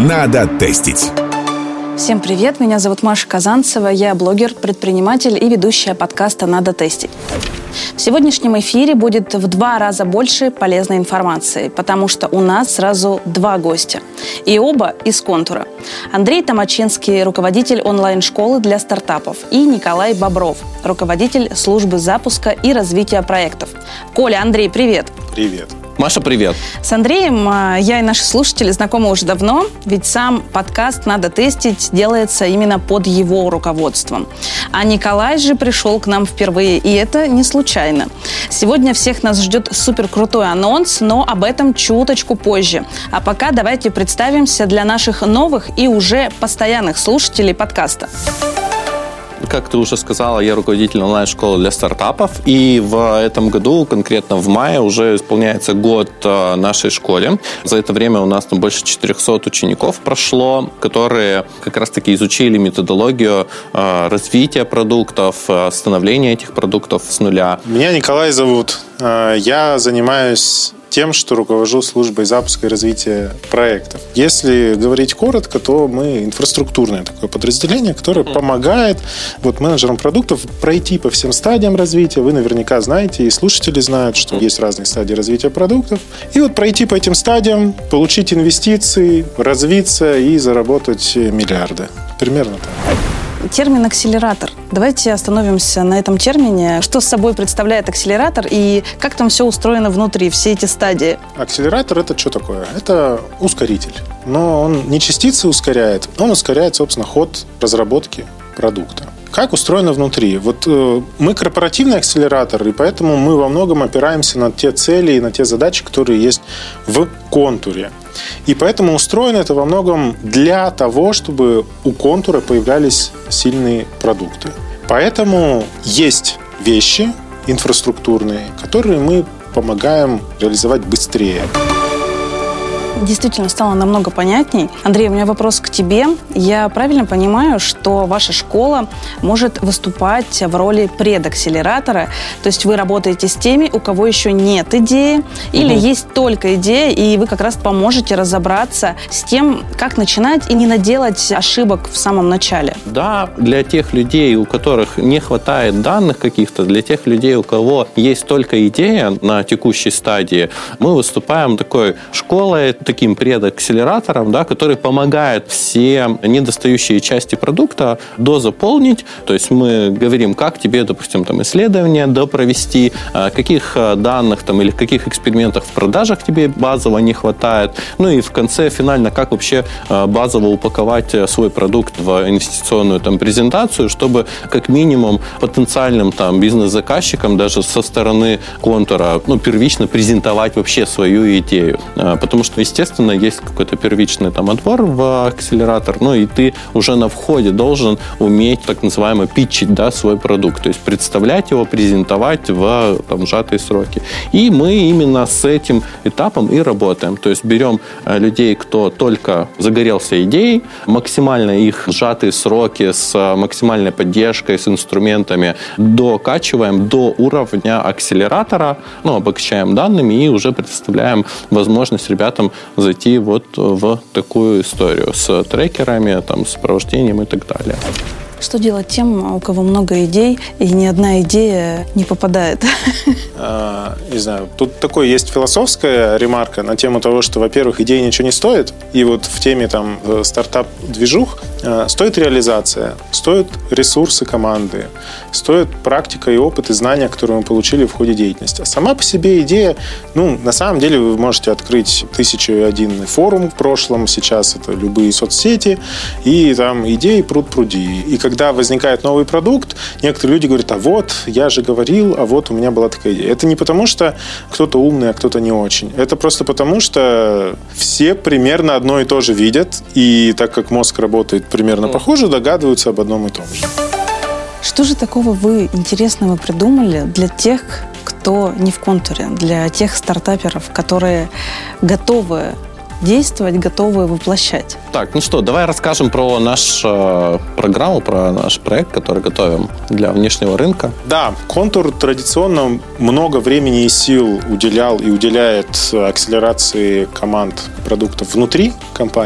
Надо тестить. Всем привет, меня зовут Маша Казанцева, я блогер, предприниматель и ведущая подкаста «Надо тестить». В сегодняшнем эфире будет в 2 раза больше полезной информации, потому что у нас сразу 2 гостя. И оба из «Контура». Андрей Томачинский, руководитель онлайн-школы для стартапов, и Николай Бобров, руководитель службы запуска и развития проектов. Коля, Андрей, привет! Привет! Маша, привет! С Андреем я и наши слушатели знакомы уже давно, ведь сам подкаст «Надо тестить» делается именно под его руководством. А Николай же пришел к нам впервые, и это не случайно. Сегодня всех нас ждет суперкрутой анонс, но об этом чуточку позже. А пока давайте представимся для наших новых и уже постоянных слушателей подкаста. Как ты уже сказала, я руководитель онлайн-школы для стартапов, и в этом году, конкретно в мае, уже исполняется год нашей школе. За это время у нас там больше 400 учеников прошло, которые как раз-таки изучили методологию развития продуктов, становления этих продуктов с нуля. Меня Николай зовут. Я занимаюсь тем, что руковожу службой запуска и развития проектов. Если говорить коротко, то мы инфраструктурное такое подразделение, которое помогает менеджерам продуктов пройти по всем стадиям развития. Вы наверняка знаете, и слушатели знают, что есть разные стадии развития продуктов. И пройти по этим стадиям, получить инвестиции, развиться и заработать миллиарды. Примерно так. Термин «акселератор». Давайте остановимся на этом термине. Что с собой представляет акселератор и как там все устроено внутри, все эти стадии? Акселератор – это что такое? Это ускоритель. Но он не частицы ускоряет, он ускоряет, собственно, ход разработки продукта. Как устроено внутри? Мы корпоративный акселератор, и поэтому мы во многом опираемся на те цели и на те задачи, которые есть в контуре. И поэтому устроено это во многом для того, чтобы у контура появлялись сильные продукты. Поэтому есть вещи инфраструктурные, которые мы помогаем реализовать быстрее. Действительно стало намного понятней. Андрей, у меня вопрос к тебе. Я правильно понимаю, что ваша школа может выступать в роли предакселератора? То есть вы работаете с теми, у кого еще нет идеи, или есть только идея, и вы как раз поможете разобраться с тем, как начинать и не наделать ошибок в самом начале? Да, для тех людей, у которых не хватает данных каких-то, для тех людей, у кого есть только идея на текущей стадии, мы выступаем такой школой, таким предакселератором, который помогает все недостающие части продукта дозаполнить. То есть мы говорим, как тебе, допустим, исследование допровести, каких данных или каких экспериментов в продажах тебе базово не хватает. Ну и в конце финально, как вообще базово упаковать свой продукт в инвестиционную презентацию, чтобы как минимум потенциальным бизнес-заказчикам даже со стороны контура первично презентовать вообще свою идею. Потому что, естественно, есть какой-то первичный отбор в акселератор, и ты уже на входе должен уметь так называемо питчить свой продукт, то есть представлять его, презентовать в сжатые сроки. И мы именно с этим этапом и работаем. То есть берем людей, кто только загорелся идеей, максимально их сжатые сроки с максимальной поддержкой, с инструментами докачиваем до уровня акселератора, обогащаем данными и уже предоставляем возможность ребятам зайти в такую историю с трекерами, сопровождением и так далее. Что делать тем, у кого много идей, и ни одна идея не попадает? Не знаю. Тут такой есть философская ремарка на тему того, что, во-первых, идея ничего не стоит, и в теме стартап-движух стоит реализация, стоят ресурсы команды, стоит практика и опыт, и знания, которые мы получили в ходе деятельности. А сама по себе идея, на самом деле вы можете открыть 1001 форум в прошлом, сейчас это любые соцсети, и там идеи пруд-пруди. И когда возникает новый продукт, некоторые люди говорят, я же говорил, у меня была такая идея. Это не потому, что кто-то умный, а кто-то не очень. Это просто потому, что все примерно одно и то же видят, и так как мозг работает примерно похоже, догадываются об одном и том же. Что же такого вы интересного придумали для тех, кто не в контуре, для тех стартаперов, которые готовы действовать, готовы воплощать? Так, давай расскажем про нашу программу, про наш проект, который готовим для внешнего рынка. Да, Контур традиционно много времени и сил уделял и уделяет акселерации команд продуктов внутри компании.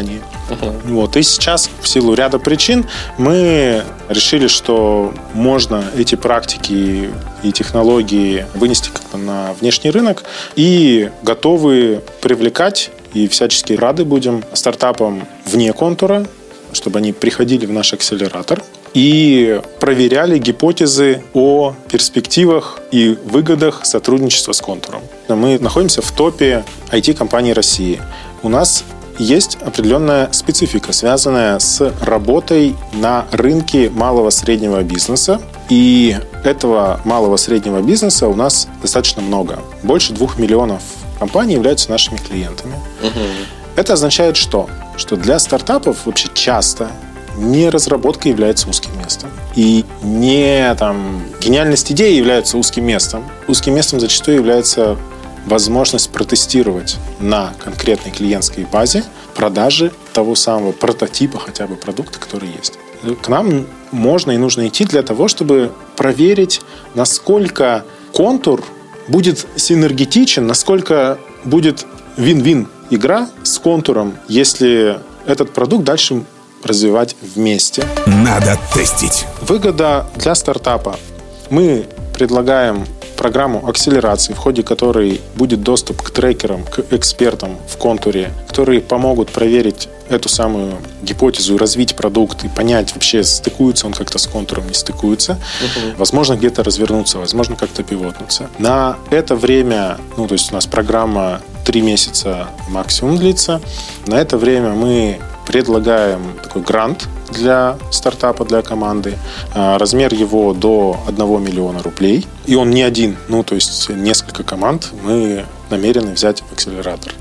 Вот. И сейчас в силу ряда причин мы решили, что можно эти практики и технологии вынести как-то на внешний рынок и готовы привлекать и всячески рады будем стартапам вне контура, чтобы они приходили в наш акселератор и проверяли гипотезы о перспективах и выгодах сотрудничества с контуром. Мы находимся в топе IT-компаний России. У нас есть определенная специфика, связанная с работой на рынке малого-среднего бизнеса. И этого малого-среднего бизнеса у нас достаточно много. Больше 2 миллионов компаний являются нашими клиентами. Это означает что? Что для стартапов вообще часто не разработка является узким местом. И не гениальность идеи является узким местом. Узким местом зачастую является возможность протестировать на конкретной клиентской базе продажи того самого прототипа хотя бы продукта, который есть. К нам можно и нужно идти для того, чтобы проверить, насколько контур будет синергетичен, насколько будет вин-вин игра с контуром, если этот продукт дальше развивать вместе. Надо тестить. Выгода для стартапа. Мы предлагаем программу акселерации, в ходе которой будет доступ к трекерам, к экспертам в контуре, которые помогут проверить эту самую гипотезу и развить продукт, и понять вообще, стыкуется он как-то с контуром, не стыкуется. Возможно, где-то развернуться, возможно, как-то пивотнуться. На это время, то есть у нас программа 3 месяца максимум длится. На это время мы предлагаем такой грант для стартапа, для команды. Размер его до 1 миллиона рублей. И он не один, то есть несколько команд мы намерены взять в акселератор.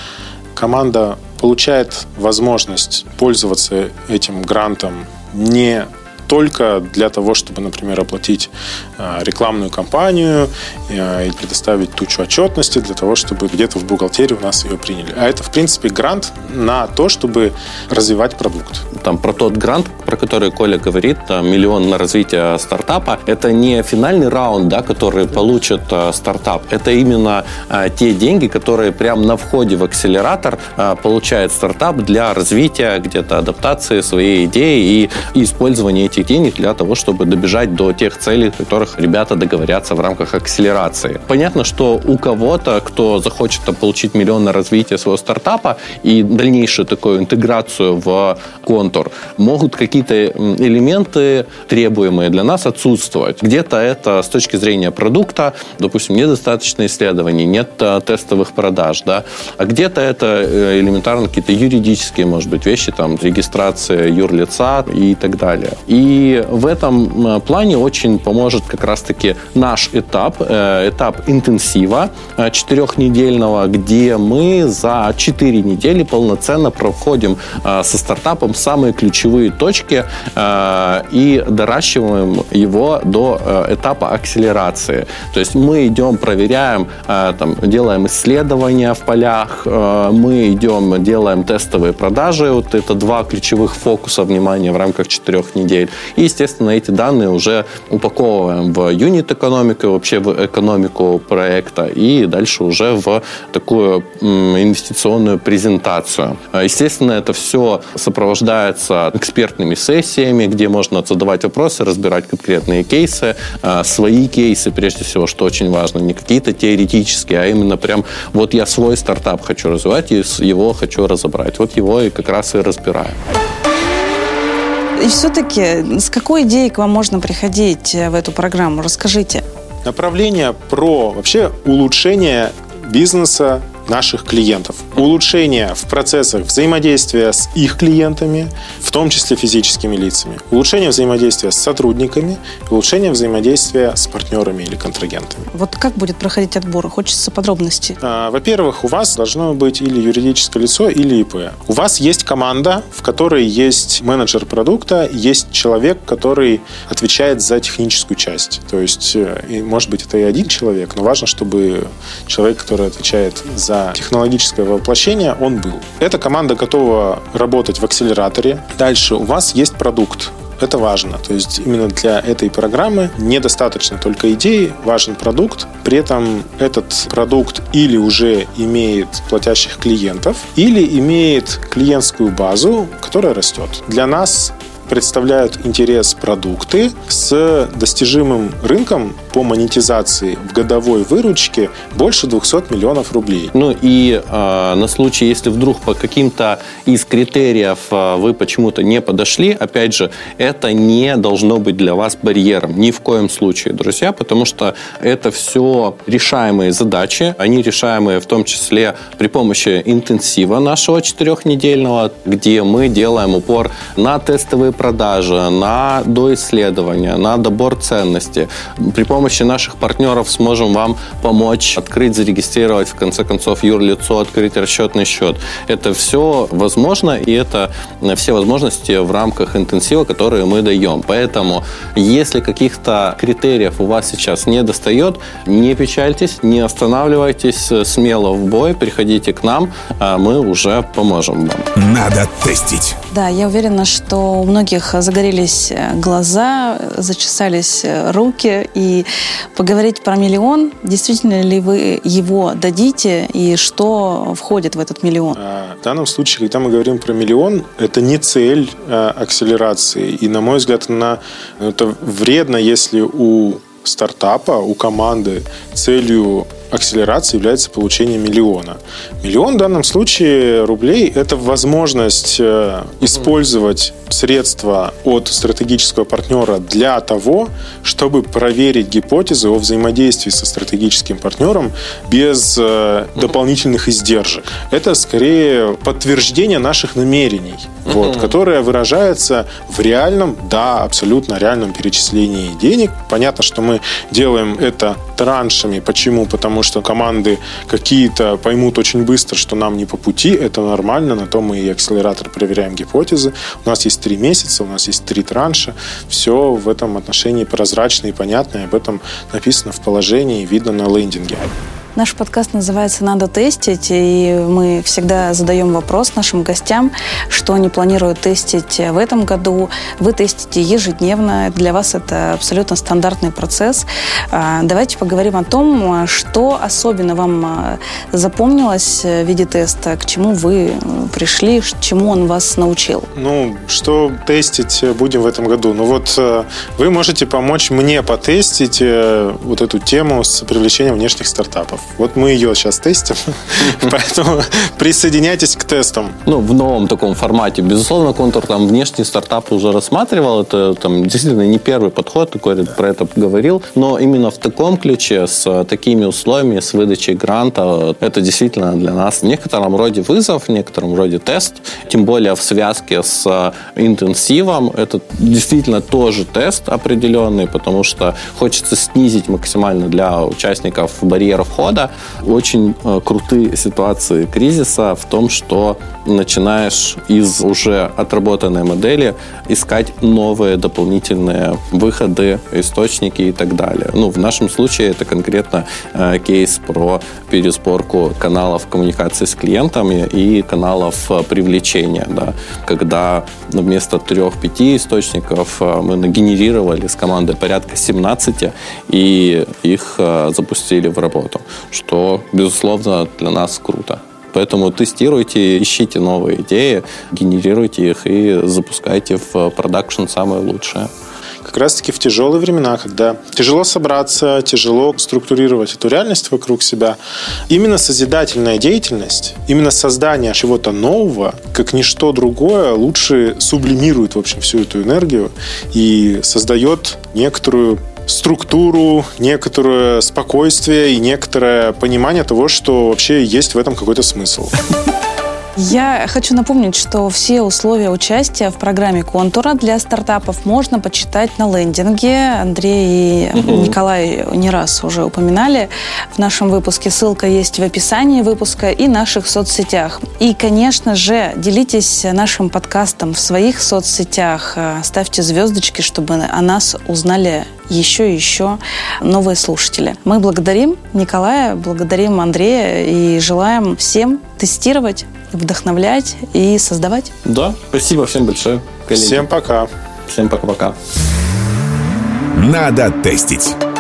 Команда получает возможность пользоваться этим грантом не только для того, чтобы, например, оплатить рекламную кампанию и предоставить тучу отчетности для того, чтобы где-то в бухгалтерии у нас ее приняли. А это, в принципе, грант на то, чтобы развивать продукт. Про тот грант, про который Коля говорит, 1 миллион на развитие стартапа, это не финальный раунд, который получит стартап. Это именно те деньги, которые прямо на входе в акселератор получает стартап для развития, где-то адаптации своей идеи и использования этих денег для того, чтобы добежать до тех целей, о которых ребята договорятся в рамках акселерации. Понятно, что у кого-то, кто захочет получить 1 миллион на развитие своего стартапа и дальнейшую такую интеграцию в контур, могут какие-то элементы, требуемые для нас, отсутствовать. Где-то это с точки зрения продукта, допустим, недостаточно исследований, нет тестовых продаж, а где-то это элементарно какие-то юридические, может быть, вещи, регистрация юрлица и так далее. И в этом плане очень поможет как раз-таки наш этап интенсива 4-недельного, где мы за 4 недели полноценно проходим со стартапом самые ключевые точки и доращиваем его до этапа акселерации. То есть мы идем, проверяем, делаем исследования в полях, мы идем, делаем тестовые продажи. Вот это 2 ключевых фокуса внимания в рамках 4 недель. И, естественно, эти данные уже упаковываем в юнит-экономику, вообще в экономику проекта и дальше уже в такую инвестиционную презентацию. Естественно, это все сопровождается экспертными сессиями, где можно задавать вопросы, разбирать конкретные кейсы, свои кейсы, прежде всего, что очень важно, не какие-то теоретические, а именно прям вот я свой стартап хочу развивать и его хочу разобрать. Вот его и как раз и разбираем. И все-таки с какой идеей к вам можно приходить в эту программу? Расскажите. Направление про вообще улучшение бизнеса наших клиентов. Улучшение в процессах взаимодействия с их клиентами, в том числе физическими лицами. Улучшение взаимодействия с сотрудниками, улучшение взаимодействия с партнерами или контрагентами. Вот как будет проходить отбор? Хочется подробностей. Во-первых, у вас должно быть или юридическое лицо, или ИП. У вас есть команда, в которой есть менеджер продукта, есть человек, который отвечает за техническую часть. То есть, может быть, это и один человек, но важно, чтобы человек, который отвечает за технологическое воплощение, он был. Эта команда готова работать в акселераторе. Дальше у вас есть продукт. это важно. То есть именно для этой программы недостаточно только идеи, важен продукт. При этом этот продукт или уже имеет платящих клиентов, или имеет клиентскую базу, которая растет. Для нас представляют интерес продукты с достижимым рынком по монетизации в годовой выручке больше 200 миллионов рублей. Ну и на случай, если вдруг по каким-то из критериев вы почему-то не подошли, опять же, это не должно быть для вас барьером. Ни в коем случае, друзья, потому что это все решаемые задачи. Они решаемые в том числе при помощи интенсива нашего 4-недельного, где мы делаем упор на тестовые продажи, на доисследования, на добор ценностей. При помощи наших партнеров сможем вам помочь открыть, зарегистрировать, в конце концов, юрлицо, открыть расчетный счет. Это все возможно, и это все возможности в рамках интенсива, которые мы даем. Поэтому, если каких-то критериев у вас сейчас не достает, не печальтесь, не останавливайтесь, смело в бой, приходите к нам, мы уже поможем вам. Надо тестить. Да, я уверена, что у многих загорелись глаза, зачесались руки. И поговорить про миллион, действительно ли вы его дадите и что входит в этот миллион? В данном случае, когда мы говорим про миллион, это не цель акселерации. И, на мой взгляд, это вредно, если у стартапа, у команды целью акселерации является получение миллиона. Миллион в данном случае рублей – это возможность использовать средства от стратегического партнера для того, чтобы проверить гипотезы о взаимодействии со стратегическим партнером без дополнительных издержек. Это скорее подтверждение наших намерений, которое выражается в реальном, да, абсолютно реальном перечислении денег. Понятно, что мы делаем это траншами. Почему? Потому что команды какие-то поймут очень быстро, что нам не по пути. Это нормально. На то мы и акселератор проверяем гипотезы. У нас есть 3 месяца, у нас есть 3 транша. Все в этом отношении прозрачно и понятно. И об этом написано в положении и видно на лендинге. Наш подкаст называется «Надо тестить», и мы всегда задаем вопрос нашим гостям, что они планируют тестить в этом году. Вы тестите ежедневно, для вас это абсолютно стандартный процесс. Давайте поговорим о том, что особенно вам запомнилось в виде теста, к чему вы пришли, чему он вас научил. Что тестить будем в этом году? Вы можете помочь мне потестить вот эту тему с привлечением внешних стартапов. Вот мы ее сейчас тестим, поэтому присоединяйтесь к тестам. В новом таком формате. Безусловно, контур внешний стартап уже рассматривал. Это действительно не первый подход, такой про это говорил. Но именно в таком ключе, с такими условиями, с выдачей гранта, это действительно для нас в некотором роде вызов, в некотором роде тест. Тем более в связке с интенсивом. Это действительно тоже тест определенный, потому что хочется снизить максимально для участников барьер входа. Очень крутые ситуации кризиса в том, что начинаешь из уже отработанной модели искать новые дополнительные выходы, источники и так далее. В нашем случае это конкретно кейс про пересборку каналов коммуникации с клиентами и каналов привлечения. Да. Когда вместо 3-5 источников мы нагенерировали с командой порядка 17 и их запустили в работу, что, безусловно, для нас круто. Поэтому тестируйте, ищите новые идеи, генерируйте их и запускайте в продакшн самое лучшее. Как раз-таки в тяжелые времена, когда тяжело собраться, тяжело структурировать эту реальность вокруг себя, именно созидательная деятельность, именно создание чего-то нового, как ничто другое, лучше сублимирует, в общем, всю эту энергию и создает некоторую структуру, некоторое спокойствие и некоторое понимание того, что вообще есть в этом какой-то смысл. Я хочу напомнить, что все условия участия в программе «Контура» для стартапов можно почитать на лендинге. Андрей и Николай не раз уже упоминали в нашем выпуске. Ссылка есть в описании выпуска и наших соцсетях. И, конечно же, делитесь нашим подкастом в своих соцсетях. Ставьте звездочки, чтобы о нас узнали еще и еще новые слушатели. Мы благодарим Николая, благодарим Андрея и желаем всем тестировать, вдохновлять и создавать. Да, спасибо всем большое, коллеги. Всем пока. Всем пока-пока. Надо тестить.